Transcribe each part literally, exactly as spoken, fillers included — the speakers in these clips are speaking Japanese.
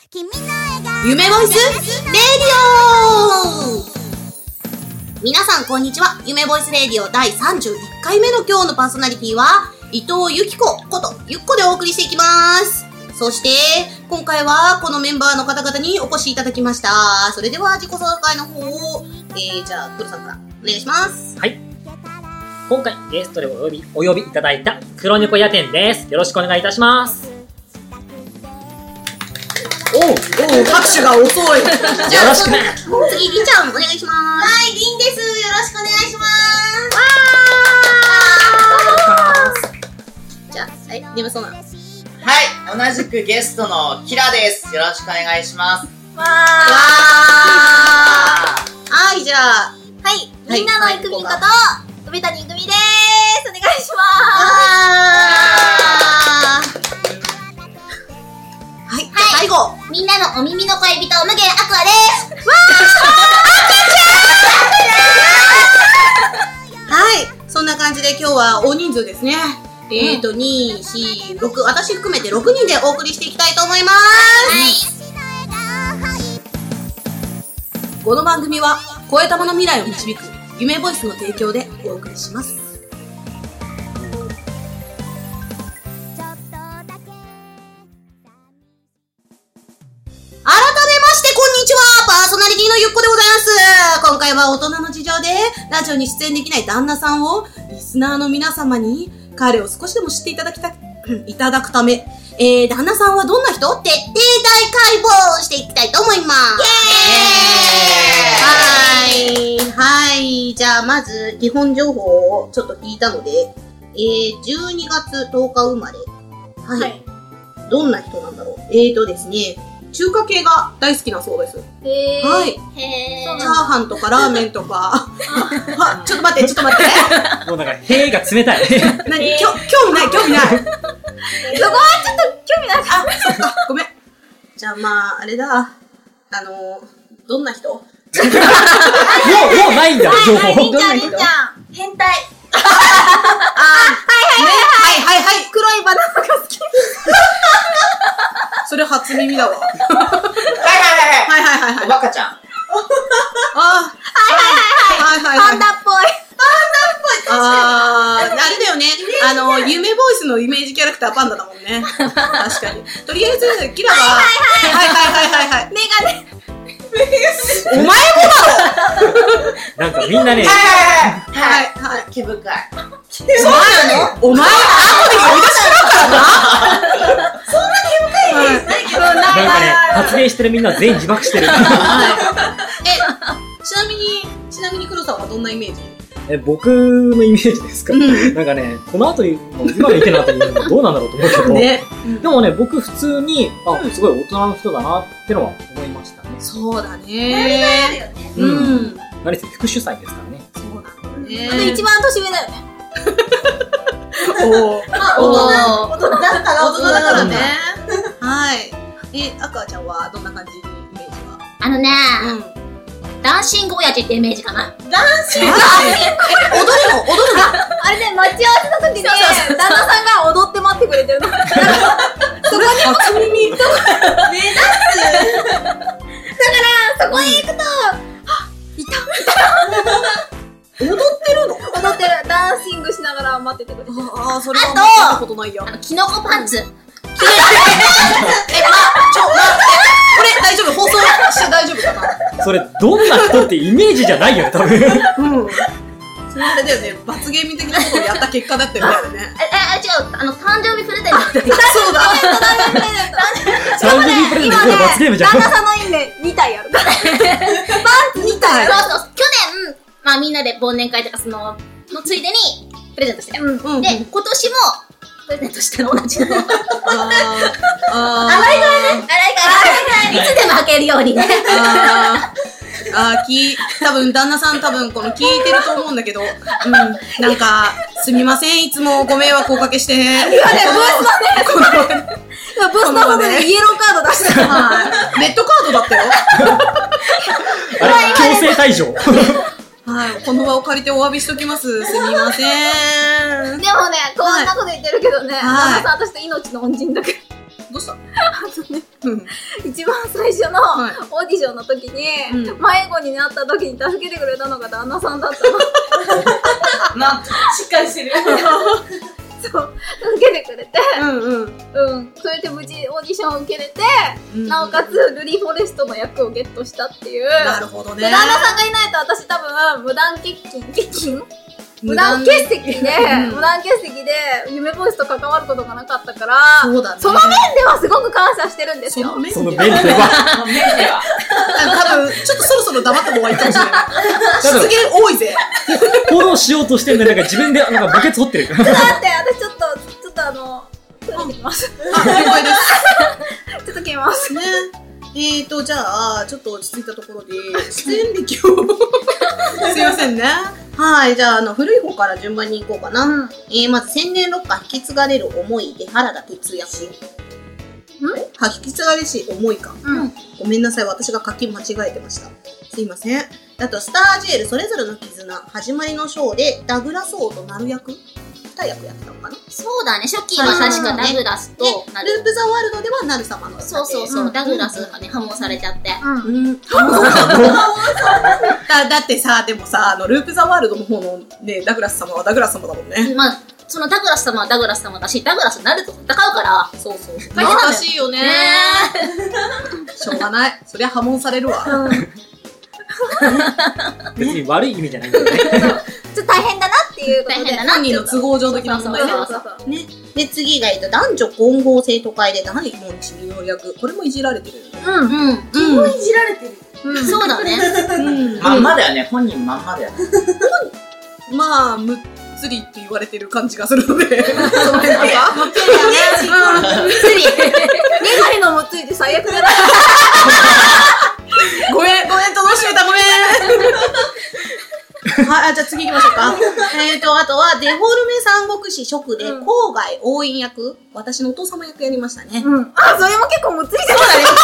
夢ボイスレディオ。皆さんこんにちは。夢ボイスレディオだいさんじゅういっかいめの今日のパーソナリティは伊藤由紀子ことゆっこでお送りしていきます。そして今回はこのメンバーの方々にお越しいただきました。それでは自己紹介の方を、えー、じゃあ黒さんからお願いします。 はい、今回ゲストでお呼びお呼びいただいた黒猫屋店です。よろしくお願いいたします。 おうおう、拍手が遅い。じゃあよろしくね。 次りんちゃんお願いします。 はい、りんです。よろしくお願いします。 じゃあ、はい、眠そうな。 はい、同じくゲストのキラです。よろしくお願いします。 わー。 はい、じゃあ、 はい、みんなのいくみんこと、梅谷いくみでーす。お願いしまーす。はい、はい、最後。 みんなのお耳の恋人、無限アクアです。わーはい、そんな感じで今日は大人数ですね。うん、えーと、に、よん、ろく、私含めてろくにんでお送りしていきたいと思います。はい。この番組は、声玉の未来を導く、夢ボイスの提供でお送りします。改めまして、こんにちは。パーソナリティのゆっこでございます。今回は大人の事情で、ラジオに出演できない旦那さんを、リスナーの皆様に、彼を少しでも知っていただきた、いただくため、えー、旦那さんはどんな人？徹底大解剖していきたいと思います。イエーイ！はい。はい。じゃあ、まず、基本情報をちょっと聞いたので、えー、じゅうにがつとおか生まれ。はい。はい、どんな人なんだろう。えーとですね、中華系が大好きなそうです。 へー。 はい。 へー。 チャーハンとかラーメンとか。は、ちょっと待って、ちょっと待って。 もうなんか、へーが冷たい。 何？きょ、興味ない、興味ない。 そこはちょっと興味ない。 あ、そっか、ごめん。じゃあまあ、あれだ。あの、どんな人？もう、 もうないんだ、情報。 りんちゃん、りんちゃん。変態。 あー、はいはいはいはいはい。 黒いバナナが好き。 それ初耳だわ。はいはいはいはいはいはいはい。 おバカちゃん。 あー、はいはいはいはい。 パンダっぽい。 あー、あれだよね。あの、夢ボイスのイメージキャラクターパンダだもんね。確かに。とりあえず、キラは、はいはいはいはいはい。 メガネ。 お前もだろ。 なんかみんなね、 はいはいはい。 気深い。 そうなの？お前、後で呼び出しだからな。そんな気深いです。 なんかね、発言してるみんな全員自爆してる。 え、ちなみに、ちなみに黒さんはどんなイメージ？ え、僕のイメージですか、うん、なんかね、この後、今の意見の後にどうなんだろうと思うけど、ね、でもね、僕普通に、あ、すごい大人の人だなってのは思いましたね。 そうだね。 ー。 うん。何せ副主催ですからね。 そうなんだね。 あと一番年上だよね。 おー。 まあ、大人、大人だったら大人だからね。はい。え、アクアちゃんはどんな感じイメージは？ あのね、 うん。 ダンシング親父ってイメージかな。 ダンシング？踊るの？踊るの？ あれね、待ち合わせた時に、旦那さんが踊って待ってくれてるの。そこに初耳。 目立つ。だから、そこに行くと、いた踊ってるの？ 踊ってる。ダンシングしながら待っててくれてる。 ああ、それは見たことないや。 あと、キノコパンツ。え、ま、 ちょ、ま、これ大丈夫？放送して大丈夫かな？ それ、どんな人ってイメージじゃないよね、多分。うん。 それあれだよね、罰ゲーム的なことをやった結果だったよね、あれね。 え、え、違う、あの、誕生日プレゼント。 そうだ。 誕生日プレゼントこれ罰ゲームじゃん。 旦那さんのいいね、にたいある。パンツにたい。そうそう、去年、まあみんなで忘年会とかその、のついでに、プレゼントしてたよ。うん、で、今年も、プレゼントしたの同じの。あー。あー。洗い替えね。洗い替え。いつでも履けるようにね。 あー。あー、き、多分旦那さん多分この聞いてると思うんだけど、うん、なんか、すみません、いつもご迷惑をおかけして。いやね、ブースのね、ブースのことでイエローカード出してた。はい。レッドカードだったよ。 あれ、強制退場。 はい、この場を借りてお詫びしときます。すみません。 でもね、こんなこと言ってるけどね、旦那さんとして命の恩人だから。 どうしたの？ 一番最初のオーディションの時に、迷子になった時に助けてくれたのが旦那さんだったの。 なんと、しっかりしてる。 そう、助けてくれて、 うんうん。 うん。それで無事オーディションを受けれて、なおかつルリフォレストの役をゲットしたっていう。 なるほどね。 旦那さんがいないと私多分、無断欠勤、欠勤無断欠席で、無断欠席で、夢ボイスと関わることがなかったから、 そうだね。 その面ではすごく感謝してるんですよ。 その面では。面では。 多分、ちょっとそろそろ黙った方がいいかもしれない。失言多いぜ。 フォローしようとしてるのに、なんか自分で、なんか墓穴掘ってる。 ちょっと待って、私ちょっと、ちょっとあの、トイレ行きます。 あ、了解です。 ちょっと消えます。 ね。えーと、じゃあ、ちょっと落ち着いたところで、出演歴を。すいませんね。はい、じゃあ、あの、古い方から順番に行こうかな。うん、えー、まず、千年六花引き継がれる思いで原田哲也。んは、引き継がれし思いか。うん。ごめんなさい、私が書き間違えてました。すいません。あと、スタージェール、それぞれの絆、始まりのショーで、ダグラス王となる役二役やってたのかな。 そうだね、初期は確かダグラスと、 ループザワールドではなる様の。 そうそうそう、ダグラスがね、破門されちゃって。うん。 破門された。だってさ、でもさ、あの、ループザワールドの方のね、ダグラス様はダグラス様だもんね。 まあ、そのダグラス様はダグラス様だし、ダグラスになると戦うから。 そうそうそう。難しいよね。しょうがない。そりゃ破門されるわ。 別に悪い意味じゃないんだよね。 ちょっと大変だなっていうことで。大変だな。 本人の都合上的な問題ね。ね。で、次が、えっと、男女混合生徒会で、何もんちみの役。これもいじられてるよね。 うん。うん。 基本いじられてる。 そうだね。 まんまだよね。本人まんまだよね。 まあ、むっつりって言われてる感じがするので。その辺とか。 むっつりだね。むっつり。メガネのむっつりって最悪だな。 ごめん、ごめん、楽しめた、ごめん。はい、じゃあ次行きましょうか。えっと、あとは、デフォルメ三国志職で、郊外応援役、私のお父様役やりましたね。 うん。あ、それも結構むっつりそうだね。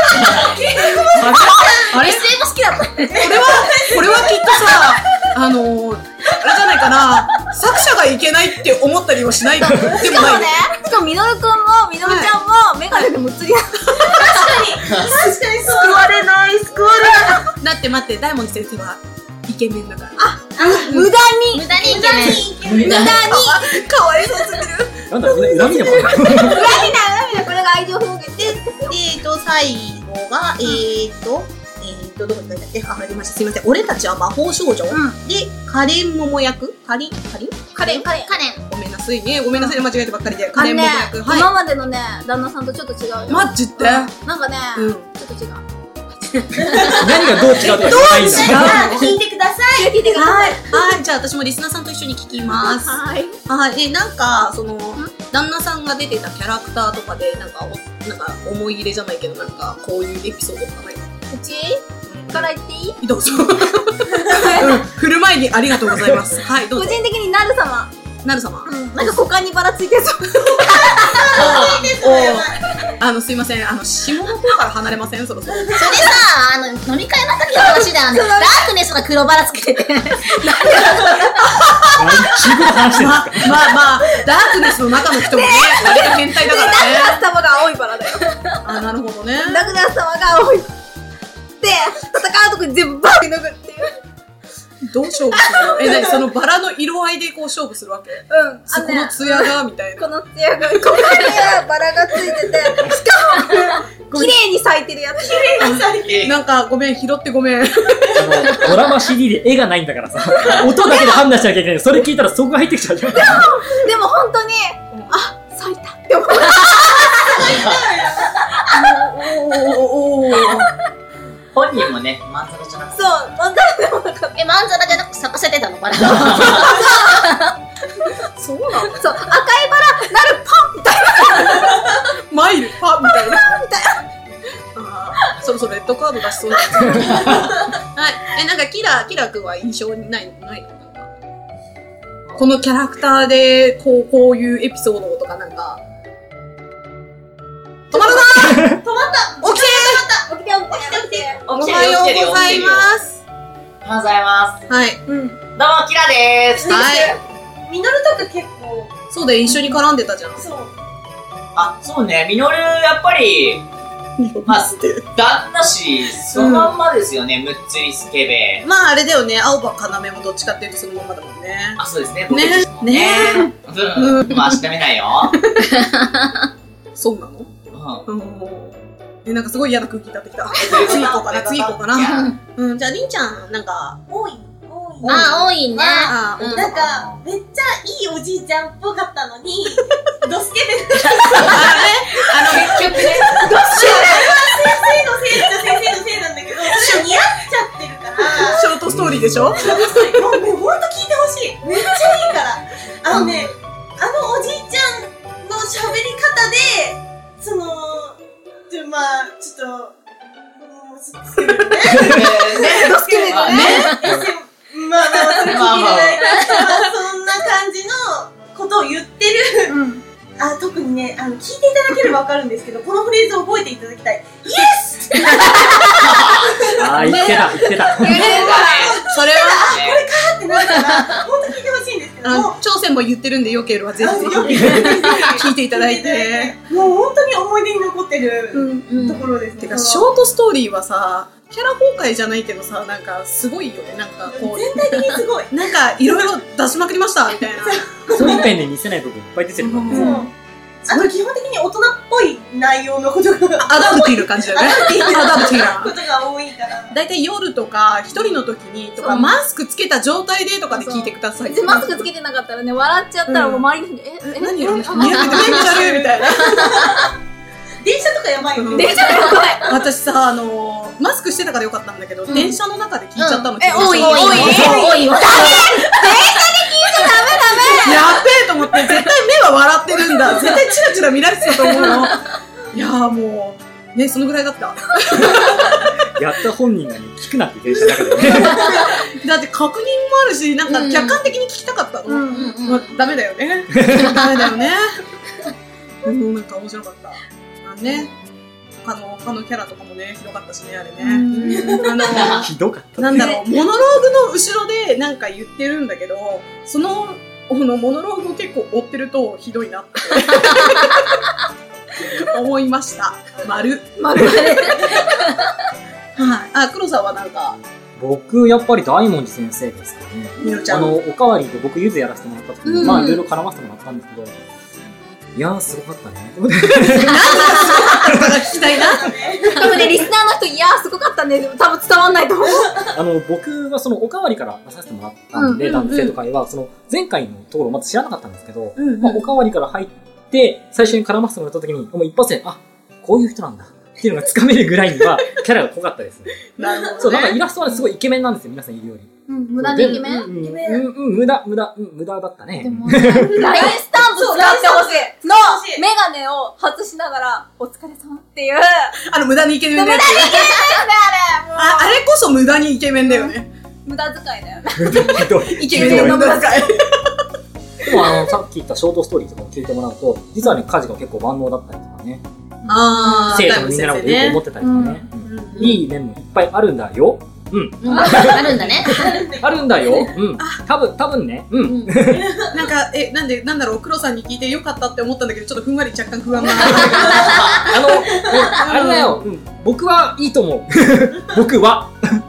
あれ ?エスエム 好きだった。これは、これはきっとさ、あのー、あれじゃないかな、作者がいけないって思ったりはしないでもない。 しかもね、しかもみのるくんも、みのるちゃんも、メガネでむっつりだ。確かに、確かにそう。救われない、救われない。だって待って、大門先生は、イケメンだから。あ、 無駄に。無駄にイケメン。無駄に。 かわいそうすぎる。 なんだろうね、恨みだもんね。 恨みだ、恨みだ、これが愛情表現で。 で、えっと、最後が、えっと、えっと、どこに書いてあって、あ、入りました。すいません。俺たちは魔法少女。で、カレンモモ役カリンカリンカレン、カレン、カレン。 ごめんなさいね。ごめんなさいね。間違えてばっかりで。カレンモモ役。 今までのね、旦那さんとちょっと違うよ。 マジでなんかね、ちょっと違う。 何がどう違うとか言わないんだ。 聞いてください。聞いてください。 はい。じゃあ私もリスナーさんと一緒に聞きます。はい。はい。で、なんか、その、旦那さんが出てたキャラクターとかで、なんか、なんか思い入れじゃないけど、なんか、こういうエピソードとかない？うちから言っていい？ どうぞ。振る舞いにありがとうございます。はい、どうぞ。 個人的になる様。 なる様。 なんか股間にばらついてそう。 あの、すいません。あの、下の方から離れませんそろそろ。それさ、あの、飲み会の時の話だよね。ダークネスが黒バラつけてて。なんでまあまあまあ、ダークネスの中の人もね、割と変態だからね。 ダグラス様が青いバラだよ。 あ、なるほどね。 ダグラス様が青い。で、戦うとこに全部バーッ脱ぐっていう。 どう勝負するの？え、なにそのバラの色合いでこう勝負するわけ？ うん。 そこのツヤがみたいな。 このツヤが、ここにバラがついてて、しかも、綺麗に咲いてるやつ。綺麗に咲いてる。 なんか、ごめん、拾ってごめん。あの、 ドラマ シーディー で絵がないんだからさ、音だけで判断しなきゃいけない。それ聞いたらそこが入ってきちゃうじゃん。 でも、でも本当に、あ、咲いたって思う。 おーおーおー。本人もね、まんざらじゃなくて。 そう、まんざらでもなかった。え、まんざらじゃなくて咲かせてたのバラ。そうなの？そう、赤いバラ、なるパンみたいな。 マイルパンみたいな。 みたいな。そろそろレッドカード出しそうです。はい。え、なんかキラー、キラーくんは印象にない、ないのかな？このキャラクターで、こう、こういうエピソードとかなんか。止まるなー！止まった！起きてー！ 起きて起きて起きて！ おはようございます。 おはようございます。 はい。 うん。どうも、キラでーす。 はい。 ミノルとか結構。 そうだよ、一緒に絡んでたじゃん。 そう。 あ、そうね、みのる、やっぱり、まあ、旦那氏、そのまんまですよね、むっつりスケベ。 まああれだよね、青葉要もどっちかっていうとそのままだもんね。 あ、そうですね、僕ですもんね。ねうん。まあ、足ダメないよ。 そうなの？うん。え、なんかすごい嫌な空気になってきた。次行こうかな、次行こうかな。うん、じゃあ、りんちゃん、なんか、 多い。 あ、多いね。 なんか、めっちゃいいおじいちゃんっぽかったのに、ドスケベだった。 あの、結局ね。 ドスケベのせいっちゃ先生のせいなんだけど、それ似合っちゃってるから。 ショートストーリーでしょ？もうね、ほんと聞いてほしい。めっちゃいいから。あのね、あのおじいちゃんの喋り方で、その、ちょ、まあ、ちょっと、スケベね。 ドスケベだね。 まあまあ、それ聞いてないから、そんな感じのことを言ってる。うん、あ、特にね、あの、聞いていただければわかるんですけど、このフレーズを覚えていただきたい。イエスああ、言ってた、言ってた。 それは、これかーってなるから、ほんと聞いてほしいんですけども。 挑戦も言ってるんで、よければぜひぜひ聞いていただいて。 もう本当に思い出に残ってるところですね。 てか、ショートストーリーはさ、キャラ崩壊じゃないけどさ、なんかすごいよね。なんかこう全体的にすごい。 なんかいろいろ出しまくりましたみたいな。 本編で見せない部分いっぱい出てるからね。 そう。あと基本的に大人っぽい内容のことがアダルティーな感じだよね。アダルティーなことが多いから。 だいたい夜とか一人の時にとかマスクつけた状態でとかで聞いてください。 マスクつけてなかったらね、笑っちゃったらもう周りの人にええ何よ。見えててめっちゃ悪いみたいな。 電車とかやばいよね。 電車やばい。 私さ、あのー、マスクしてたからよかったんだけど、うん、電車の中で聞いちゃったの。うん、 え、多い、多い、多い。電車で聞いちゃダメ、ダメ。 やっべえと思って、絶対目は笑ってるんだ。絶対チラチラ見られてたと思うの。いやーもう、ね、そのぐらいだった。 やった本人がね、聞くなって電車の中でね。 だって確認もあるし、なんか客観的に聞きたかったの。うんうんうん、まあ、ダメだよね。ダメだよね。もうなんか面白かった。あね、他の、他のキャラとかもね、ひどかったしね、あれね。あの、 ひどかった。 なんだろう、モノローグの後ろでなんか言ってるんだけど、その、このモノローグを結構追ってるとひどいなって思いました。丸。丸。はい。あ、黒さんはなんか。 僕、やっぱり大文字先生ですかね。 みのちゃん。 あの、おかわりで僕、ゆずやらせてもらった時に、まあ、いろいろ絡ませてもらったんですけど、いやー、すごかったね。何がすごかったか聞きたいな。 多分ね、リスナーの人、いやー、すごかったね。多分伝わんないと思う。 あの、僕はそのおかわりから出させてもらったんで、男性と会は、その前回のところをまず知らなかったんですけど、まあ、おかわりから入って、最初に絡ませてもらった時に、もう一発で、あ、こういう人なんだ。っていうのがつかめるぐらいには、キャラが濃かったですね。 なるほど、ね。 そう、なんかイラストはすごいイケメンなんですよ、皆さん言うより。 うん、無駄にイケメン？ うん、うん、無駄、無駄、うん、無駄だったね。 でも、ラインスタンプ使ってほしい。の、メガネを外しながら、お疲れ様っていう。 あの、無駄にイケメンだよね。 無駄にイケメンだよね、 あ、あれこそ無駄にイケメンだよね。 無駄遣いだよね。 イケメンの無駄遣い。 でも、あの、さっき言ったショートストーリーとかを聞いてもらうと、実はね、家事が結構万能だったりとかね。 ああ、 生徒のみんなのことよく思ってたりとかね。いい面もいっぱいあるんだよ。うん。 あるんだね。 あるんだよ。うん。多分、多分ね。うん。 なんか、え、なんで、なんだろう、黒さんに聞いてよかったって思ったんだけど、ちょっとふんわり若干不安な。 あの、あれだよ。僕はいいと思う。僕は。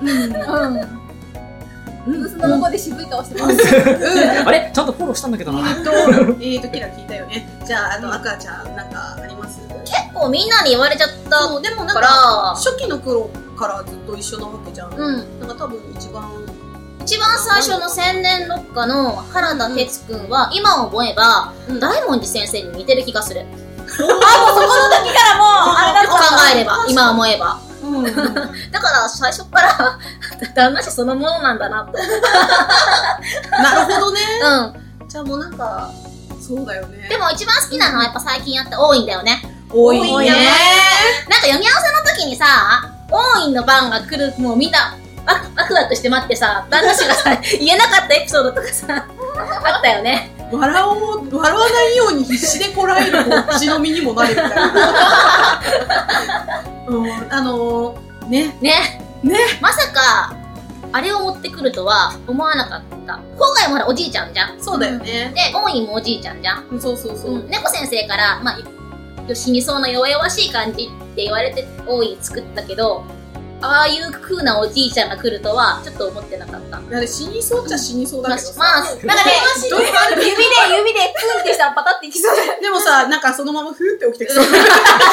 うん。その向こうで渋い顔してます。 あれちゃんとフォローしたんだけどな。 えっと、えっと、キラ聞いたよね。じゃあ、あの、アクアちゃん、なんかあります？ 結構みんなに言われちゃったから。 でもなんか、初期の頃からずっと一緒なわけじゃん。うん。なんか多分一番、 一番最初の千年六花の原田哲くんは、今思えば、大文字先生に似てる気がする。あ、もうそこの時からもう、あれだと考えれば、今思えば。うん、だから最初から旦那氏そのものなんだなって。 なるほどね。 うん。 じゃあもうなんか、そうだよね。 でも一番好きなのはやっぱ最近やって多いんだよね。 多いね。なんか読み合わせの時にさ、多いの番が来る、もうみんなワクワクワクして待ってさ、旦那氏がさ、言えなかったエピソードとかさ、あったよね。 笑おう、笑わないように必死でこらえる口の身にもなるみたいな。うん、あのー、ね。 ね。 ね。 まさか、あれを持ってくるとは思わなかった。今回もほらおじいちゃんじゃん。 そうだよね。 で、オーインもおじいちゃんじゃん。 そうそうそう。 うん、猫先生から、まあ、 死にそうな弱々しい感じって言われて大いに作ったけど、ああいう風なおじいちゃんが来るとはちょっと思ってなかった。 あれ死にそうっちゃ死にそうだけどさ、 まあ、なんかね、指で指でプンってしたらパタっていきそうだよ。 でもさ、なんかそのままふーって起きてきそう。 やだー、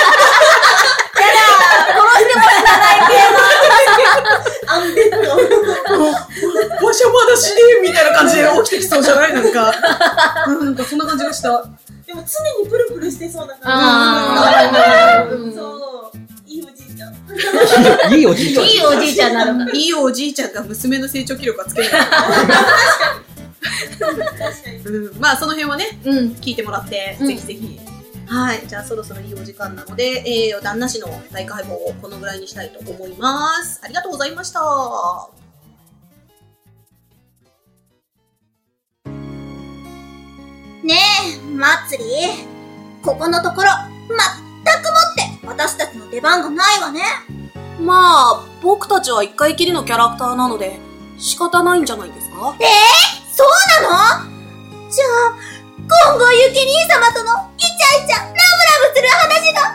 殺しても死なないけど。 アンデッド。 わしゃまだ死ねえみたいな感じで起きてきそうじゃないなんか。なんかそんな感じがした。 でも常にプルプルしてそうな感じ。そう。いいおじいちゃん。 いいおじいちゃん。 いいおじいちゃんなのか。 いいおじいちゃんが娘の成長記録はつけない。確かに。 うん、まあその辺はね、 うん、 聞いてもらって、 うん、 ぜひぜひ。はい。じゃあそろそろいいお時間なので、えー、旦那氏の大解剖をこのぐらいにしたいと思います。ありがとうございました。 ねえ、まつり。ここのところ、まったくもって私たちの出番がないわね。 まあ、僕たちは一回きりのキャラクターなので、仕方ないんじゃないですか？ えー、そうなの？じゃあ、今後ゆき兄様とのイチャイチャ、ラブラブする話が描かれない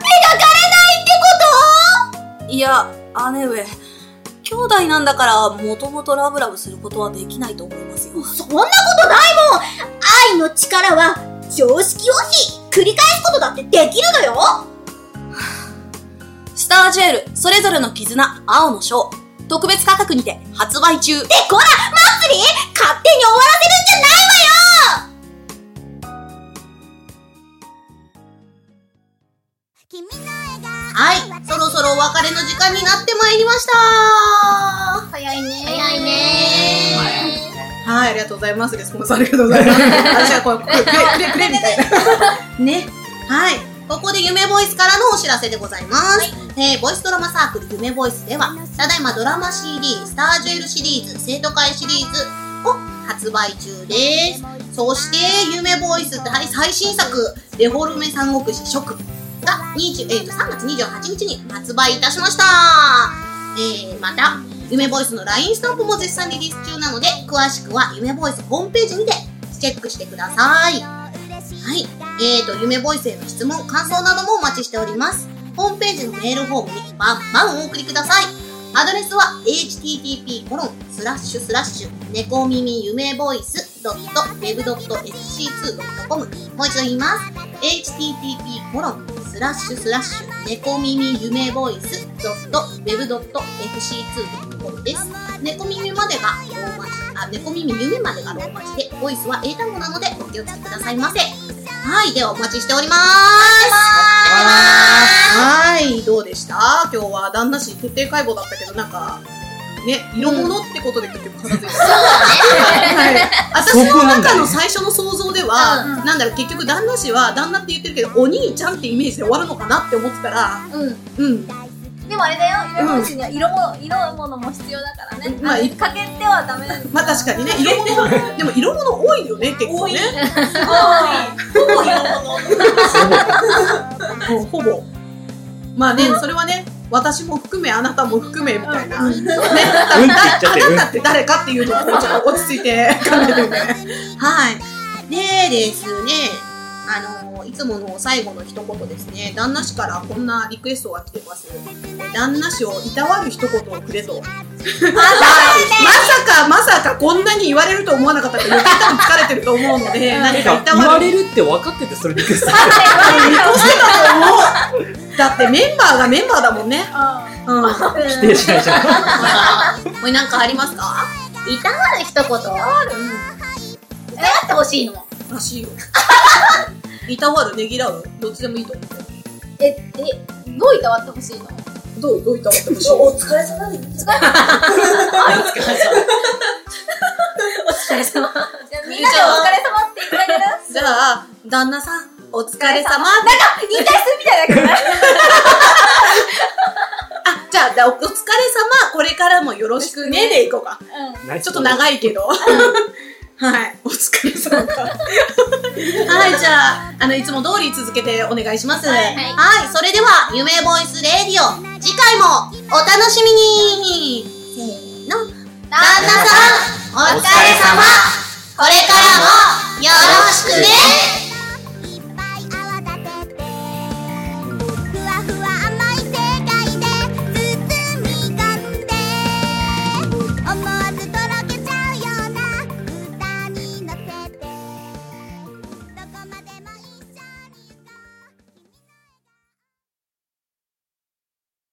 ってこと？ いや、姉上、兄弟なんだからもともとラブラブすることはできないと思いますよ。 そんなことないもん。愛の力は常識を非繰り返すことだってできるのよ。 スタージェールそれぞれの絆青の章特別価格にて発売中。 え、こら、まつり、勝手に終わらせるんじゃないわよ。 はい、そろそろお別れの時間になってまいりました。 早いね早いねはい、ありがとうございます。レスポンスありがとうございます。私はこう、くれ、くれ、くれ、みたいな。 ね。はい。ここで夢ボイスからのお知らせでございます。はい、えー、ボイスドラマサークル夢ボイスでは、ただいまドラマ シーディー、スタージェルシリーズ、生徒会シリーズを発売中です。そして、夢ボイス大最新作、デフォルメ三国志食がにじゅう、えー、さんがつにじゅうはちにちに発売いたしました。えー、また、夢ボイスの ライン スタンプも絶賛リリース中なので、詳しくは夢ボイスホームページにてチェックしてください。はい。えーと、夢ボイスへの質問、感想などもお待ちしております。ホームページのメールフォームにバンバンお送りください。アドレスは エイチティーティーピーコロンスラッシュスラッシュ猫耳夢ボイスドットウェブドットエスシーツードットコム。もう一度言います。エイチティーティーピーコロンスラッシュスラッシュ猫耳夢ボイスドットウェブドットエフシーツードットコムです。猫耳までがローマ字、あ、猫耳夢までがローマ字で、ボイスは英単語なのでお気をつけくださいませ。はい、ではお待ちしておりまーす。 はい、どうでした？今日は旦那氏徹底解剖だったけど、なんか、ね、色物ってことで結局片付いた。そうだね。私の中の最初の想像では、なんだろう、結局旦那氏は旦那って言ってるけど、お兄ちゃんってイメージで終わるのかなって思ってたら、 うん。 うん。 でもあれだよ、夢ボイスには色も、色物も必要だからね。 まあ、 かけてはダメだよ。 まあ確かにね、色物、でも色物多いよね、結構ね。 ほぼ色物。ほぼ。まあね、それはね、私も含め、あなたも含め、みたいな。ね、あなたって誰かっていうのをちょっと落ち着いて考えてるね。 はい。でですね、あの、いつもの最後の一言ですね、旦那氏からこんなリクエストが来てます。旦那氏をいたわる一言をくれと。まさか、まさかこんなに言われると思わなかったから余計多分疲れてると思うので、何かいたわる。 言われるって分かっててそれリクエスト。 見越してたと思う。だってメンバーがメンバーだもんね。うん。 否定しないじゃん。 これなんかありますか？ いたわる一言。いたわってほしいの。 らしいよ。いたわる、ねぎらう、どっちでもいいと思う。 え、え、どういたわってほしいの？ どう、どういたわってほしい？ お疲れ様です。 お疲れ様。お疲れ様。じゃあみんなでお疲れ様って言ってあげる？ じゃあ、旦那さん、お疲れ様。なんか、 引退するみたいだけどね。 あ、じゃあ、お疲れ様、これからもよろしくね、でいこうか。 うん。 ちょっと長いけど。はい。お疲れ様か。はい、じゃあ、あの、いつも通り続けてお願いします。はい。はい、それでは、夢ボイスレディオ、次回もお楽しみに。せーの。旦那さん、お疲れ様。これからもよろしくね。